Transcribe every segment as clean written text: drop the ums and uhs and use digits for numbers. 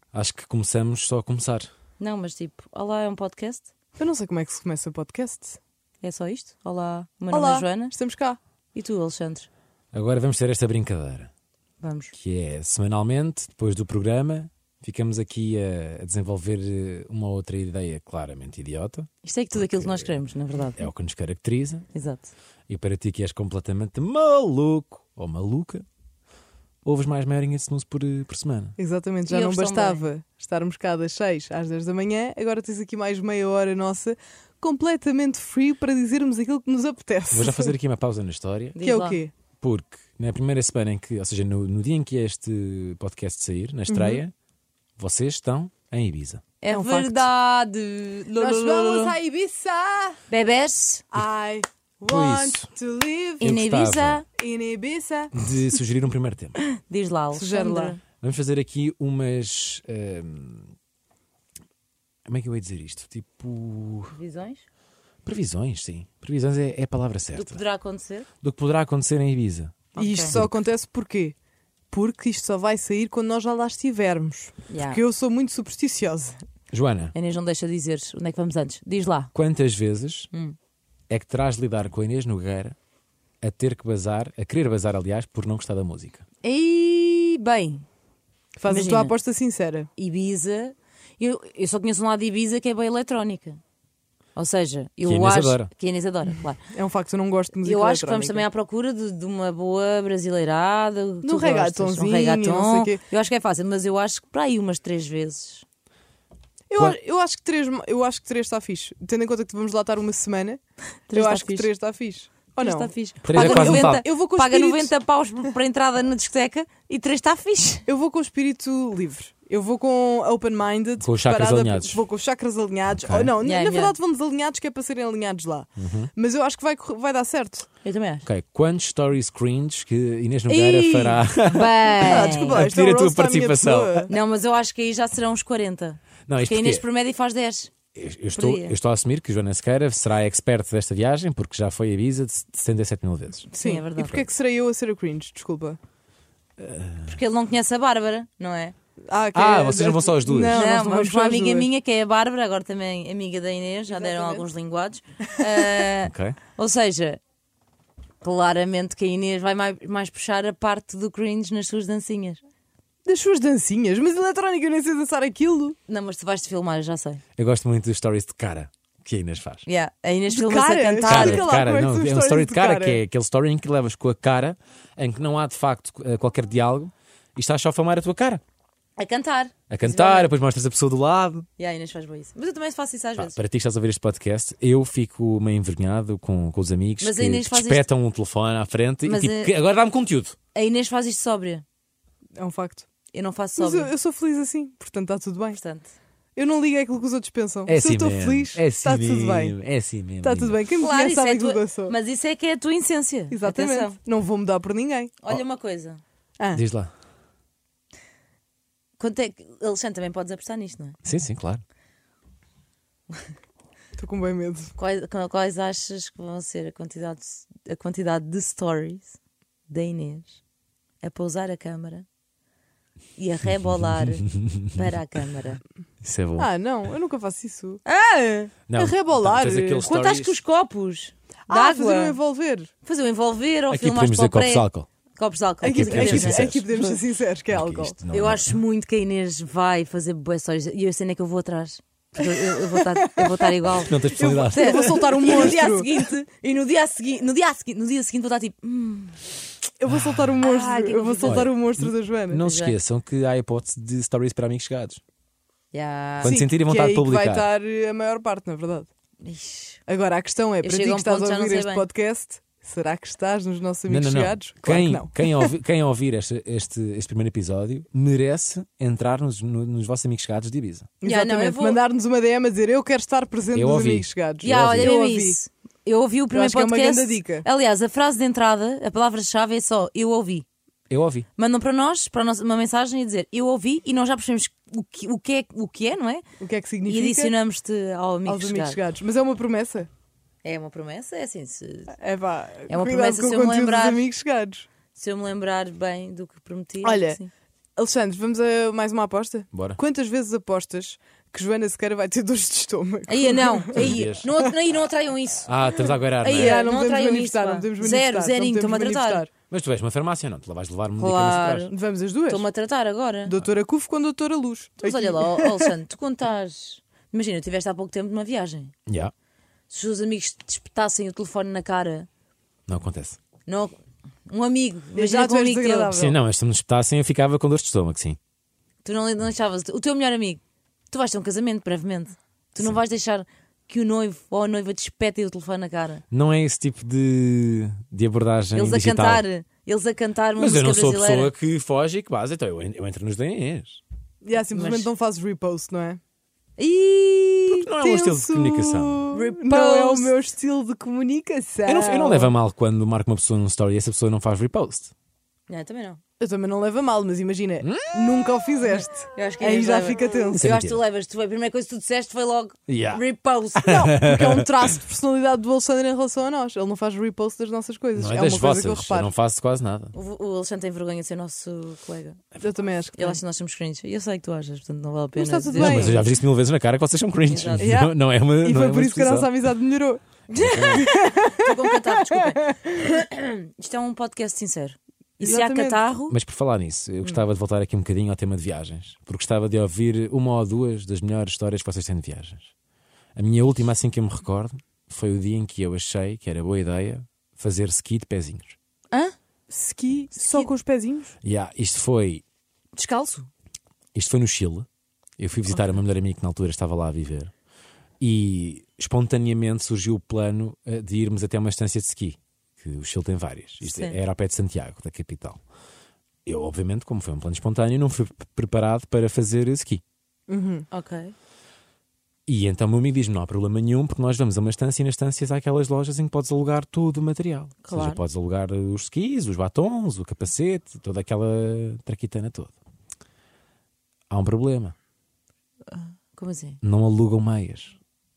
Acho que começamos só a começar. Não, mas tipo, olá, é um podcast? Eu não sei como é que se começa podcast. É só isto? Olá, o meu nome é Joana. Estamos cá. E tu, Alexandre? Agora vamos ter esta brincadeira, Vamos. que é semanalmente, depois do programa, ficamos aqui a desenvolver uma outra ideia claramente idiota. Isto é que tudo aquilo que nós queremos, na verdade. É o que nos caracteriza. Exato. E para ti que és completamente maluco ou maluca, ouves mais meia horinha de snooze por semana. Exatamente, já E não ouves tão bastava estarmos cá das 6 às 10 da manhã, agora tens aqui mais meia hora nossa, completamente free para dizermos aquilo que nos apetece. Vou já fazer aqui uma pausa na história, Diz Que é lá. o quê? porque na primeira semana em que, ou seja, no dia em que este podcast sair, na estreia, vocês estão em Ibiza. É um facto. verdade. Nós vamos a Ibiza! Bebés I Por want isso, to live eu in gostava Ibiza. in Ibiza. de sugerir um primeiro tema. Diz lá, Sugere Alexandre. lá. Vamos fazer aqui umas... como é que eu ia dizer isto? Tipo... Visões? Previsões, sim. Previsões é a palavra Do que certa. poderá acontecer? Do que poderá acontecer em Ibiza. E isto Ok. só acontece porquê? Porque isto só vai sair quando nós já lá estivermos. Yeah. Porque eu sou muito supersticiosa. Joana, A Inês não deixa dizer onde é que vamos antes. Diz lá. quantas vezes Hum. é que terás de lidar com a Inês Nogueira a ter que bazar, a querer bazar, aliás, por não gostar da música? E bem, Faz a Imagina. tua aposta sincera. Ibiza, eu só conheço um lado de Ibiza que é bem eletrónica. Ou seja, eu Que a Inês acho adora. que a Inês adora, claro. É um facto, eu não gosto de música Eu acho que vamos eletrónica. também à procura de uma boa brasileirada. que tu Num reggaetonzinho, gostas, um reggaeton. não sei o quê. Eu acho que é fácil, mas eu acho que para aí umas 3 vezes. Eu acho que 3 está fixe. Tendo em conta que vamos lá estar uma semana, Três eu está acho que fixe. 3 está fixe. Ou não? Está fixe. Três é Paga quase 90, metade. Eu vou com o paga espírito. 90 paus para a entrada na discoteca e 3 está fixe. Eu vou com o espírito livre. Eu vou com open-minded. Com os chakras preparada- alinhados. Vou com os chakras alinhados. Ok. Oh, não, Yeah, na verdade vamos alinhados, que é para serem alinhados lá. Mas eu acho que vai dar certo. Eu também acho. Ok, quantos stories cringe que Inês Nogueira Ih, fará? Bem. Desculpa, A isto é pedir um a tua roast à minha participação. pessoa. Não, mas eu acho que aí já serão uns 40. Não, isto Porque a Inês porque por média faz 10. eu estou a assumir que Joana Sequeira será expert desta viagem, porque já foi a Ibiza de 77 mil vezes. Sim, é verdade. E porquê é que serei eu a ser a cringe? Desculpa. Porque ele não conhece a Bárbara, não é? Vocês não vão só as duas? Não, nós Não, não vamos vamos com uma só as amiga duas. minha que é a Bárbara, agora também amiga da Inês, já deram Exatamente. alguns linguados. Ok. Ou seja, claramente que a Inês vai mais puxar a parte do cringe nas suas dancinhas. Das suas dancinhas. Mas eletrónica, eu nem sei dançar aquilo. Não, mas tu vais-te filmar, eu já sei. Eu gosto muito dos stories de cara que a Inês faz. Yeah. A Inês De filma-se a cara? cantar. Cara, Explica de lá cara, como é que não, são é um stories story de de cara, cara. que é aquele story em que levas com a cara, em que não há de facto qualquer diálogo e estás só a filmar a tua cara. A cantar. A cantar, depois mostras a pessoa do lado. E a Inês faz bem isso. Mas eu também faço isso às vezes. Para ti que estás a ouvir este podcast, eu fico meio envergonhado com os amigos Mas a que Inês faz despetam o telefone à frente Mas e tipo, agora dá-me conteúdo. A Inês faz isto sóbria. É um facto. Eu não faço Mas sóbria. eu sou feliz assim, portanto está tudo bem. Portanto, Eu não ligo àquilo que os outros pensam. É Se assim eu estou mesmo, feliz, é assim está tudo mesmo, bem. É assim mesmo. Está tudo bem. Quem me claro, conhece isso sabe é aquilo que tua... eu sou. Mas isso é que é a tua essência. Exatamente. Atenção. Não vou mudar por ninguém. Olha uma coisa. Ah, Diz lá. Quanto é que... Alexandre, também podes apostar nisto, não é? Sim, sim, claro. estou com bem medo. Quais achas que vão ser a quantidade de stories da Inês a pousar a câmara e a rebolar para a câmara? Isso é bom. Ah, não, eu nunca faço isso. Não, a rebolar. faz aqueles Quanto acho stories- que os copos de Fazer um água envolver. fazer o envolver ou Aqui filmar podemos dizer copos de álcool. Copos de álcool. Aqui, podemos ser sinceros. aqui podemos ser sinceros, que é Porque álcool. isto não- Eu não- acho muito que a Inês vai fazer boas stories e eu sei nem que eu vou atrás. Porque eu vou estar igual. Não tens personalidade. Eu vou soltar um E no dia monstro. seguinte, no dia seguinte vou estar tipo. Eu vou soltar um monstro. que Eu vou confusão. soltar Olha, o monstro da Joana. Não se Pois é. esqueçam que há a hipótese de stories para amigos chegados. Yeah. Quando sentirem vontade de que é aí que publicar. vai estar a maior parte, na verdade. Ixi. Agora, a questão é, para ti chego a que um estás ponto a que já não ouvir sei este bem. podcast, será que estás nos nossos Não, amigos não, não. chegados? Claro que não. Quem ouvir este primeiro episódio merece entrar nos vossos amigos chegados de Ibiza. Yeah, não, Exatamente. eu vou- Mandar-nos uma DM a dizer eu quero estar presente Eu nos ouvi. amigos chegados. Yeah, olha eu mesmo ouvi. isso. Eu ouvi o primeiro acho que é uma podcast. grande dica. Aliás, a frase de entrada, a palavra-chave é só eu ouvi. Eu ouvi. Mandam para nós uma mensagem a dizer eu ouvi e nós já percebemos o que é, não é? O que é que E significa adicionamos-te ao amigo aos amigos chegado. chegados? Mas é uma promessa. É uma promessa, é assim, se É pá, É uma cuidado promessa com o se eu me conteúdo lembrar. dos amigos chegados. eu me lembrar bem do que prometi. Olha, sim. Alexandre, vamos a mais uma aposta? Bora. Quantas vezes apostas que Joana Sequeira vai ter dores de estômago? Aí não, aí dias. não atraiam isso. Estamos a aguardar, não Aí, é? não podemos traiam manifestar, isso, não pá. podemos Zero, manifestar, zerinho, não podemos estou-me a tratar. manifestar. Mas tu vais uma farmácia, não? Tu lá vais levar medicamentos Claro. atrás. Vamos as duas? Estou-me a tratar agora. Doutora Cufo com Doutora Luz. Mas olha lá, ó, Alexandre, tu contas. Imagina, estiveste há pouco tempo numa viagem. Já. Se os teus amigos te espetassem o telefone na cara, Não acontece. não, um amigo, Já imagina tu com um és amigo teu, desagradável. Sim, não, mas se me espetassem eu ficava com dor de estômago, sim. tu não deixavas. O teu melhor amigo, tu vais ter um casamento brevemente. Tu não vais deixar que o noivo ou a noiva te espetem o telefone na cara. Não é esse tipo de abordagem Eles digital. Eles a cantar Mas música eu não sou a brasileira. pessoa que foge e que base, então eu entro nos DNEs. Simplesmente Mas- não fazes repost, não é? Ih, Não é um estilo de comunicação. Não é o Repost. meu estilo de comunicação. Eu não levo a mal quando marco uma pessoa num story e essa pessoa não faz repost. Não, também não. Eu também não levo a mal, mas imagina, nunca o fizeste. Eu acho que Aí Inês já leva. fica tenso. Isso é Eu acho que tu mentira. levas, a primeira coisa que tu disseste foi logo Yeah. repost. Não, porque é um traço de personalidade do Alexandre em relação a nós. Ele não faz repost das nossas coisas. Não é uma das coisa vossas, que eu eu reparo. não faço quase nada. O Alexandre tem vergonha de ser nosso colega. Eu também acho que Ele tem. acha que nós somos cringe. E eu sei que tu achas, portanto não vale a pena. Mas está tudo dizer. bem. Mas eu já vos disse 1000 vezes na cara que vocês são cringe. Exato. Yeah. Não é uma. E não foi é uma por isso que a nossa discussão. amizade melhorou. Estou com catarro, desculpem. Isto é um podcast sincero. E se há Exatamente. catarro, Mas por falar nisso, eu gostava de voltar aqui um bocadinho ao tema de viagens, porque gostava de ouvir uma ou duas das melhores histórias que vocês têm de viagens. A minha última, assim que eu me recordo, foi o dia em que eu achei que era boa ideia fazer ski de pezinhos. hã? Ski só com os pezinhos? Isto foi Descalço? no Chile. Eu fui visitar a meu melhor amigo que na altura estava lá a viver. E espontaneamente surgiu o plano de irmos até uma estância de ski, que o Chile tem várias. Isto Sim. era ao pé de Santiago, da capital. Eu, obviamente, como foi um plano espontâneo, não fui preparado para fazer ski. Ok. E então o meu amigo diz-me: não há problema nenhum, porque nós vamos a uma estância e nas estâncias há aquelas lojas em que podes alugar todo o material. Ou Claro. seja, podes alugar os skis, os batons, o capacete, toda aquela traquitana toda. Há um problema: Como assim? não alugam meias.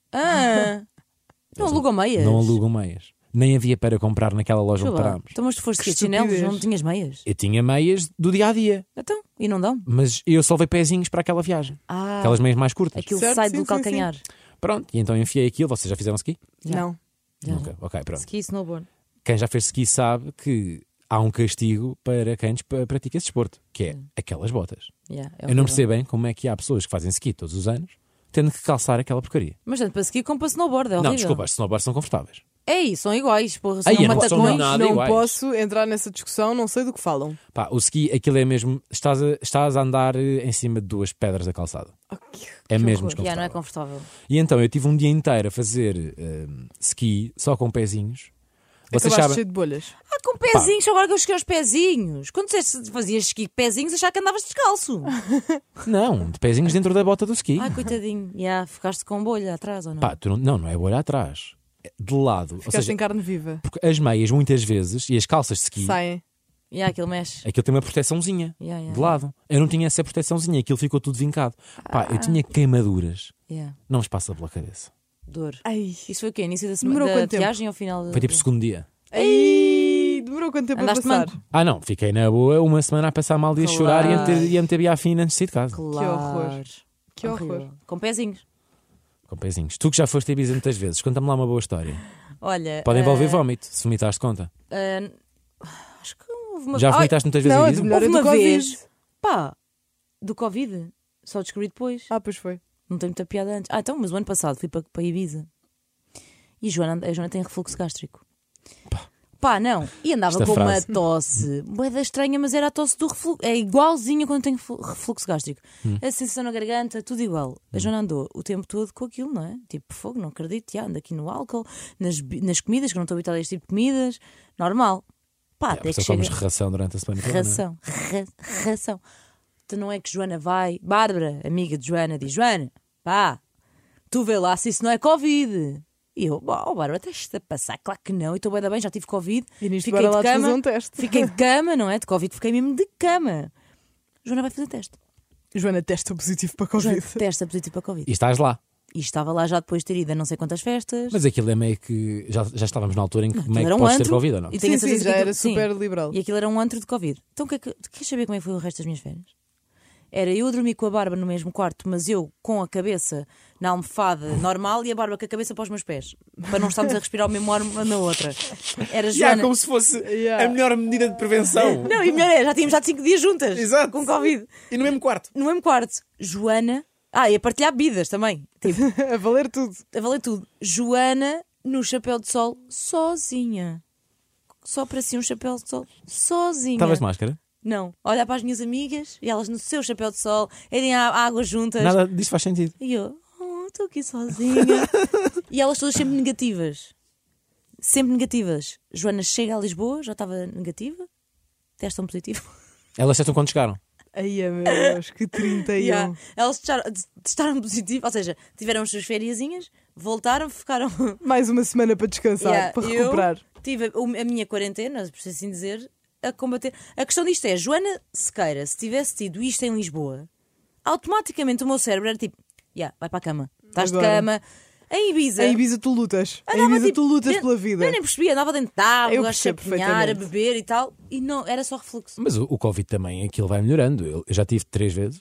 Não alugam meias? Não alugam meias. Nem havia para comprar naquela loja onde Deixa lá. parámos. Então, mas tu foste Que de chinelos, estupidez. não tinhas meias? Eu tinha meias do dia a dia, Então, e não dão? mas eu só levei pezinhos para aquela viagem. Ah, Aquelas meias mais curtas. aquilo Certo, sai sim, do sim, calcanhar. Pronto, e então enfiei aquilo. Vocês já fizeram ski? Já. Não. Já. Nunca. Ok, pronto. Ski, snowboard. Quem já fez ski sabe que há um castigo para quem pratica esse desporto, que é aquelas botas. Yeah, é Eu não horrível. percebo bem como é que há pessoas que fazem ski todos os anos tendo que calçar aquela porcaria. Mas tanto para ski como para snowboard, é horrível. Não, desculpa, as snowboards são confortáveis. É isso, são iguais, porra. São Ai, eu não matacões. sou nada Não iguais. posso entrar nessa discussão, não sei do que falam. Pá, o ski, aquilo é mesmo. Estás a andar em cima de duas pedras da calçada. É mesmo horror. desconfortável. Yeah, não é confortável. E então eu tive um dia inteiro a fazer ski só com pezinhos. Vocês Acabaste sabem. cheio de bolhas. Ah, com pezinhos, agora que eu cheguei aos pezinhos. Quando fazias ski com pezinhos, achava que andavas descalço. Não, de pezinhos dentro da bota do ski. Ai, coitadinho. Yeah, ficaste com bolha atrás ou não? Pá, não é bolha atrás. É de lado. Ou Ficaste seja, em carne viva. porque as meias muitas vezes e as calças de ski, Saem. Yeah, aquilo mexe. aquilo tem uma proteçãozinha Yeah, yeah. de lado. Eu não tinha essa proteçãozinha, aquilo ficou tudo vincado. Pá, eu tinha queimaduras. Yeah. Não vos passa pela cabeça. Dor. Ai. Isso foi o quê? Início da Demorou semana da quanto tempo? viagem ou final? Foi tipo o segundo dia. Ai. Demorou quanto tempo Andaste a passar? manco? Ah, não, fiquei na boa uma semana a passar mal de Claro. chorar e a meter biafina antes de sair de casa. Claro. Que horror. Que Horrível. horror. Com pezinhos. Com pezinhos. Tu que já foste a Ibiza muitas vezes, conta-me lá uma boa história. Olha. Pode envolver vómito, se vomitaste conta. Acho que houve uma Já Ai, vomitaste muitas vezes Não, a é Ibiza? do melhor é houve do uma Covid. vez. Pá, do Covid. Só descobri depois. Ah, pois foi. Não tem muita piada antes. Ah, então, mas o ano passado fui para Ibiza. E a Joana tem refluxo gástrico. Pá, não. E andava Esta com frase. uma tosse. Boeda estranha, mas era a tosse do refluxo. É igualzinha quando tenho refluxo gástrico. A sensação na garganta, tudo igual. A Joana andou o tempo todo com aquilo, não é? Tipo, fogo, não acredito. Já, ando aqui no álcool, nas comidas, que eu não estou habituada a este tipo de comidas. Normal. Pá, até que Só chega... comes ração durante a semana toda, não é? Ração. Ração. Então não é que Joana vai. Bárbara, amiga de Joana, diz: Joana, pá, tu vê lá se isso não é Covid. E eu, Bárbara, tens-te a passar. Claro que não. E estou bem, já tive Covid. E nisto Fiquei bora de lá de cama. fazer um teste. Fiquei de cama, não é? De Covid, fiquei mesmo de cama. Joana vai fazer teste. Joana testa positivo para Joana Covid. testa positivo para Covid. E estás lá. E estava lá já depois de ter ido a não sei quantas festas. Mas aquilo é meio que. Já estávamos na altura em que meio era que um podes ter antro. Covid ou não? E tenho Sim, a certeza sim, que já aquilo- era sim. super liberal. E aquilo era um antro de Covid. Então queres saber como é que foi o resto das minhas férias? era eu a dormir com a Bárbara no mesmo quarto, mas eu com a cabeça na almofada normal e a Bárbara com a cabeça para os meus pés, para não estarmos a respirar o mesmo ar uma na outra. Era Joana. como se fosse a melhor medida de prevenção. Não, e melhor é, já tínhamos já 5 dias juntas. Exato. Com Covid. E no mesmo quarto. No mesmo quarto. Joana. E a partilhar bebidas também. Tipo, A valer tudo. a valer tudo. Joana no chapéu de sol, sozinha. Só para si um chapéu de sol, sozinha. Estavas de máscara? Não. Olhar para as minhas amigas e elas no seu chapéu de sol, irem à água juntas. Nada disso faz sentido. E eu, estou aqui sozinha. E elas todas sempre negativas. Sempre negativas. Joana chega a Lisboa, já estava negativa. Testam positivo. Elas testam quando chegaram. Ai, meu Deus, que 31. Yeah. Elas testaram positivo, ou seja, tiveram as suas fériasinhas, voltaram, ficaram. Mais uma semana para descansar, para recuperar. Eu tive a minha quarentena, por assim dizer, a combater. A questão disto é: Joana Sequeira, se tivesse tido isto em Lisboa, automaticamente o meu cérebro era tipo: vai para a cama, estás de Agora. cama. Em Ibiza. Em Ibiza tu lutas. Em andava, Ibiza tu lutas dentro- pela vida. Eu nem percebia, andava dentro de água, Eu a percebo chapinhar, a perfeitamente. beber e tal, e não, era só refluxo. Mas o Covid também, aquilo vai melhorando. Eu já tive 3 vezes.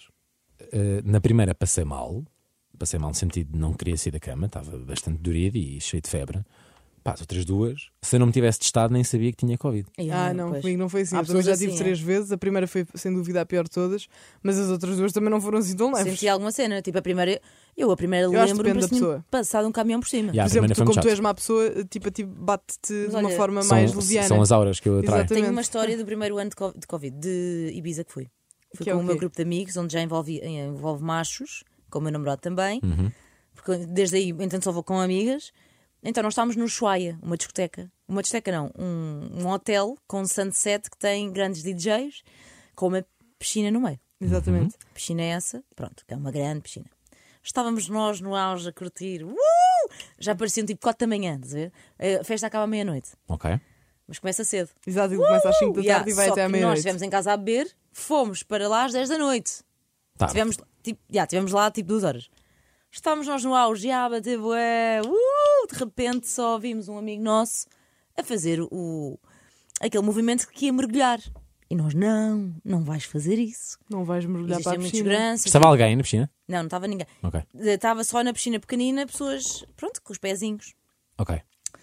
Na primeira passei mal. Passei mal no sentido de não queria sair da cama. Estava bastante dorido e cheio de febre. Pá, as outras 2, se eu não me tivesse testado, nem sabia que tinha Covid. Não, Pois. comigo não foi assim. Há Eu também pessoas já tive assim, 3 vezes. A primeira foi sem dúvida a pior de todas, mas as outras 2 também não foram assim tão leves. Senti alguma cena, tipo a primeira acho que lembro-me depende da que tinha pessoa. passado um caminhão por cima. Yeah. Por exemplo, primeira tu, foi muito como tu chato. és má pessoa, tipo, a ti bate-te de uma olha, forma mais leviana. São as auras que eu atraio. Exato. Tenho uma história do primeiro ano de Covid, de Ibiza que fui. Fui Que é com o o meu quê? grupo de amigos, onde já envolve machos, com o meu namorado também, Uhum. porque desde aí, então só vou com amigas. Então nós estávamos no Ushuaia, uma discoteca. Uma discoteca não, um hotel com sunset que tem grandes DJs, com uma piscina no meio. Exatamente. Piscina essa, pronto, que é uma grande piscina. Estávamos nós no auge a curtir. Já parecia tipo 4 da manhã, estás a ver? A festa acaba à meia-noite, Ok. mas começa cedo. Exato, ele começa às 5 da tarde e vai só até à que nós meia-noite. estivemos em casa a beber, fomos para lá às 10 da noite. Tá. Tivemos lá tipo 2 horas. Estávamos nós no auge, a bater bué, de repente só vimos um amigo nosso a fazer aquele movimento que ia mergulhar. E nós, não vais fazer isso. Não vais mergulhar para a Existem muitos piscina. seguranças. Estava alguém na piscina? Não estava ninguém. Ok. Estava só na piscina pequenina, pessoas, pronto, com os pezinhos. Ok.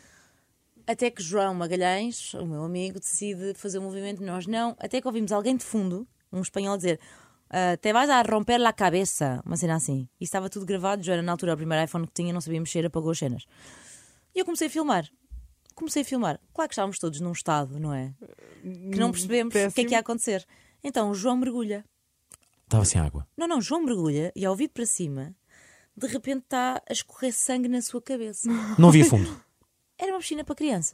Até que João Magalhães, o meu amigo, decide fazer um movimento, nós não. Até que ouvimos alguém de fundo, um espanhol, dizer: te vais a romper la cabeça. Uma cena assim. E estava tudo gravado. Joana, na altura, o primeiro iPhone que tinha, não sabia mexer, apagou as cenas. E eu comecei a filmar. Claro que estávamos todos num estado, não é? Que não percebemos o que é que ia acontecer. Então o João mergulha. Estava sem água. Não, João mergulha e ao vir para cima, de repente está a escorrer sangue na sua cabeça. Não via fundo. Era uma piscina para crianças.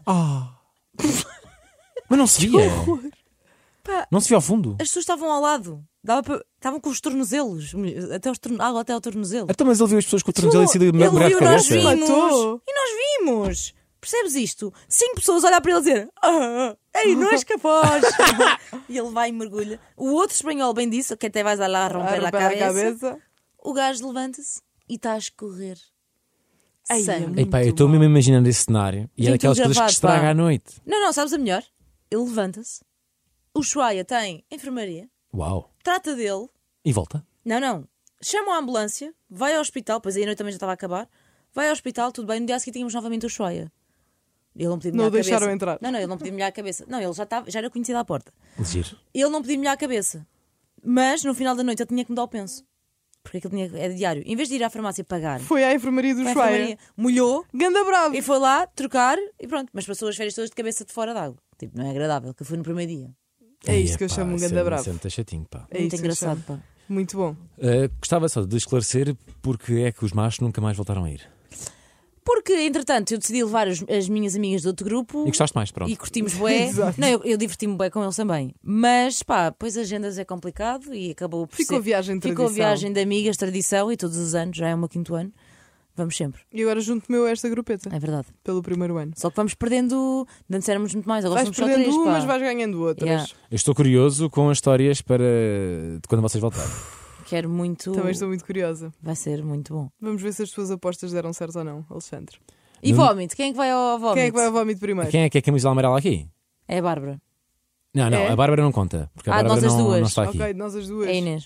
Mas não se via. Pá, Não se via ao fundo. as pessoas estavam ao lado. Estavam com os tornozelos. Água até ao tornozelo. Então, mas ele viu as pessoas com o tornozelo assim de Ele buraco de viu, nós cabeça. vimos. Matou. E nós vimos. Percebes isto? 5 pessoas a olhar para ele e dizer: ei, não és capaz. E ele vai e mergulha. O outro espanhol bem disse: que até vais lá romper a cabeça. O gajo levanta-se e está a escorrer Ai, é sangue. muito Epá, eu estou mesmo imaginando esse cenário. E é Tem daquelas tudo coisas que gravado, estraga pá. à noite. Não, sabes a melhor? Ele levanta-se. O Ushuaia tem enfermaria. Uau. Trata dele. E volta. Não. Chama a ambulância. Vai ao hospital. Pois aí a noite também já estava a acabar. Vai ao hospital, tudo bem. No dia a seguir tínhamos novamente o Ushuaia. Ele não podia Não molhar o a cabeça. deixaram entrar. Não, ele não podia molhar a cabeça. Não, ele já era conhecido à porta. Giro. Ele não podia molhar a cabeça. Mas no final da noite ele tinha que me dar o penso. Porque aquilo é diário. Em vez de ir à farmácia pagar, Foi à enfermaria do foi à Ushuaia. enfermaria, molhou Ganda bravo. e foi lá trocar e pronto. Mas passou as férias todas de cabeça de fora d'água. Tipo, não é agradável, que foi no primeiro dia. É isto que eu Epá, chamo um isso ganda é bravo. muito chatinho, pá. É Muito isso que eu engraçado, chamo. pá. Muito bom. Gostava só de esclarecer porque é que os machos nunca mais voltaram a ir. Porque, entretanto, eu decidi levar as minhas amigas de outro grupo E gostaste mais, pronto. e curtimos bué. Exato. Não, eu diverti-me bué com eles também. Mas, pá, pois agendas é complicado e acabou por Ficou a ser... viagem de Ficou a tradição. viagem de amigas, tradição, e todos os anos, já é o meu 5º ano. Vamos sempre, E agora junto-me eu a esta grupeta. é verdade. Pelo primeiro ano. Só que vamos perdendo. Antes éramos muito mais, agora Vais somos só perdendo 3. umas, vais ganhando outras. Yeah. Eu estou curioso com as histórias de quando vocês voltarem. Quero muito. Também estou muito curiosa. Vai ser muito bom. Vamos ver se as tuas apostas deram certo ou não, Alexandre. E vómito? Quem é que vai ao vómito? Quem é que vai ao vómito primeiro? Quem é que é a camisola amarela aqui? É a Bárbara. Não, É? a Bárbara não conta. Porque a Ah, Bárbara nós as não duas. está aqui. Ok, nós as duas. É a Inês.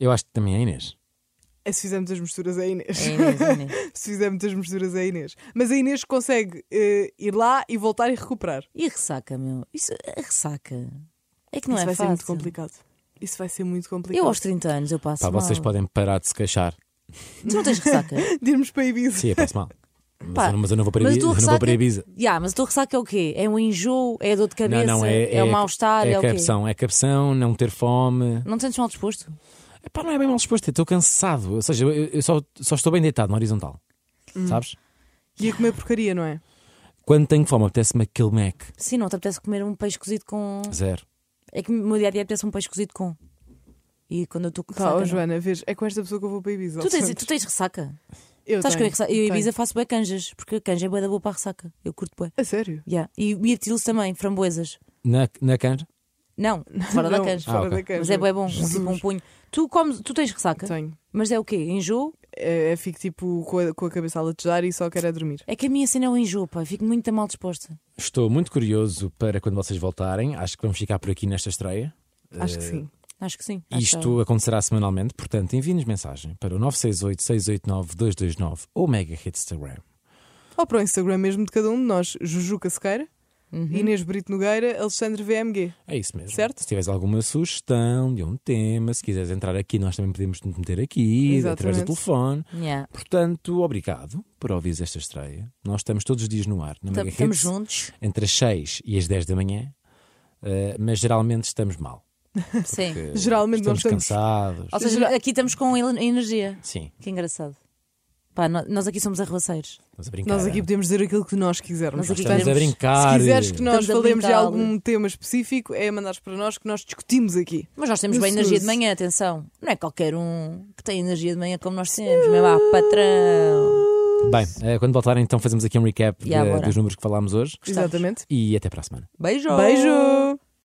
Eu acho que também é a Inês. Se fizer muitas misturas é a Inês. É Inês, é Inês. Se fizer muitas misturas é a Inês. Mas a Inês consegue ir lá e voltar e recuperar. E ressaca, meu? Isso, a ressaca. É que não Isso é vai fácil. ser muito complicado. Isso vai ser muito complicado. Eu aos 30 anos eu passo Pá, mal. vocês podem parar de se queixar. Tu não tens ressaca? De irmos para Ibiza. Sim, eu passo mal. Pá, Mas eu não vou para mas Ibiza. tu Eu não vou para Ibiza. Mas a tua ressaca é o quê? É um enjoo? É a dor de cabeça? Não, é o mal-estar? É o quê? é capção, não ter fome. Não te sentes mal disposto? Epá, não é bem mal disposto, eu estou cansado. Ou seja, eu só estou bem deitado na horizontal. Sabes? E a comer porcaria, não é? Quando tenho fome, apetece-me aquele Mac. Sim, não te apetece comer um peixe cozido com... Zero. É que no meu dia-a-dia apetece um peixe cozido com... E quando eu estou com Pá, ressaca... ó não. Joana, vês, é com esta pessoa que eu vou para Ibiza. Tu tens ressaca? Eu Sabes que tenho, eu em Ibiza tenho. faço bué canjas, porque a canja é bué da boa para a ressaca. Eu curto bué. A sério? Yeah. E mirtilos também, framboesas. Na canja? Não, fora da Não, canja. fora ok. da canja. Mas é bué bom, Jesus. tipo um punho. Tu tens ressaca? Tenho. Mas é o quê? Enjoo? Fico tipo com a cabeça a latejar e só quero é dormir. É que a minha cena é o enjoo, pá. Fico muito mal disposta. Estou muito curioso para quando vocês voltarem. Acho que vamos ficar por aqui nesta estreia. Acho que sim. Acho que sim. Acho que Isto acontecerá semanalmente, portanto, enviem-nos mensagem para o 968-689-229 ou Mega Hit Instagram. Ou para o Instagram mesmo de cada um de nós. Jujuca Sequeira, Inês Brito Nogueira, Alexandre VMG. É isso mesmo. Certo? Se tiveres alguma sugestão de um tema, se quiseres entrar aqui, nós também podemos te meter aqui, através do Exatamente. telefone. Yeah. Portanto, obrigado por ouvires esta estreia. Nós estamos todos os dias no ar, na Mega Estamos Hits, juntos. entre as 6 e as 10 da manhã, mas geralmente estamos mal. Sim. porque Geralmente nós estamos estamos- cansados. Ou seja, aqui estamos com energia. Sim, Que engraçado. Pá, nós aqui somos arruaceiros. estamos a brincar. Nós aqui podemos dizer aquilo que nós quisermos. Nós aqui estamos a podemos- brincar. Se quiseres que nós Estamos a falemos de brincar. algum tema específico, é mandares para nós que nós discutimos aqui. Mas nós temos No bem energia de SUS. manhã, atenção. Não é qualquer um que tem energia de manhã como nós temos. Mesmo patrão. Bem, quando voltarem, então fazemos aqui um recap E agora? dos números que falámos hoje. Gostamos. Exatamente. E até para a semana. Beijo! Beijo!